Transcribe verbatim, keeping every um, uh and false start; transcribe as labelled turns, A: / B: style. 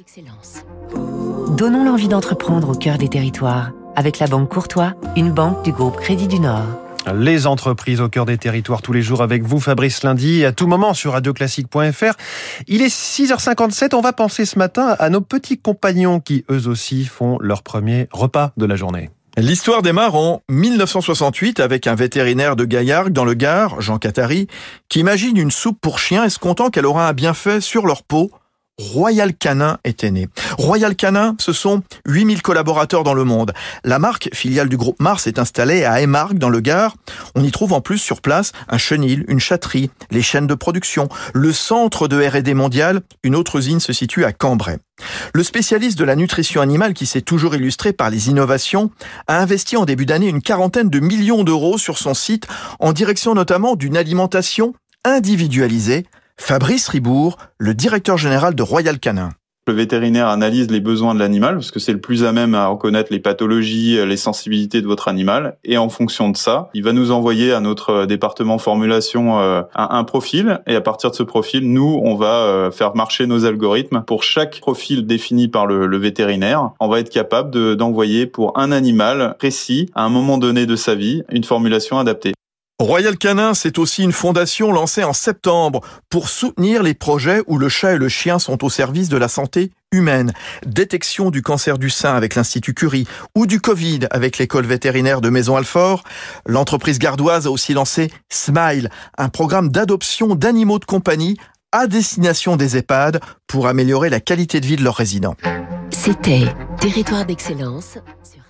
A: d'excellence. Donnons l'envie d'entreprendre au cœur des territoires avec la Banque Courtois, une banque du groupe Crédit du Nord.
B: Les entreprises au cœur des territoires tous les jours avec vous, Fabrice Lundy, à tout moment sur radio classique point f r. Il est six heures cinquante-sept, on va penser ce matin à nos petits compagnons qui eux aussi font leur premier repas de la journée.
C: L'histoire démarre en dix-neuf cent soixante-huit avec un vétérinaire de Gaillargues dans le Gard, Jean Catary, qui imagine une soupe pour chiens escomptant qu'elle aura un bienfait sur leur peau. Royal Canin était né. Royal Canin, ce sont huit mille collaborateurs dans le monde. La marque, filiale du groupe Mars, est installée à Aimargues dans le Gard. On y trouve en plus sur place un chenil, une chatterie, les chaînes de production, le centre de R et D mondial. Une autre usine se situe à Cambrai. Le spécialiste de la nutrition animale, qui s'est toujours illustré par les innovations, a investi en début d'année une quarantaine de millions d'euros sur son site, en direction notamment d'une alimentation individualisée. Fabrice Ribourg, le directeur général de Royal Canin.
D: Le vétérinaire analyse les besoins de l'animal parce que c'est le plus à même à reconnaître les pathologies, les sensibilités de votre animal. Et en fonction de ça, il va nous envoyer à notre département formulation euh, un, un profil. Et à partir de ce profil, nous, on va euh, faire marcher nos algorithmes. Pour chaque profil défini par le, le vétérinaire, on va être capable de, d'envoyer pour un animal précis, à un moment donné de sa vie, une formulation adaptée.
C: Royal Canin, c'est aussi une fondation lancée en septembre pour soutenir les projets où le chat et le chien sont au service de la santé humaine. Détection du cancer du sein avec l'Institut Curie ou du Covid avec l'école vétérinaire de Maison-Alfort. L'entreprise gardoise a aussi lancé Smile, un programme d'adoption d'animaux de compagnie à destination des EHPAD pour améliorer la qualité de vie de leurs résidents.
A: C'était Territoire d'excellence sur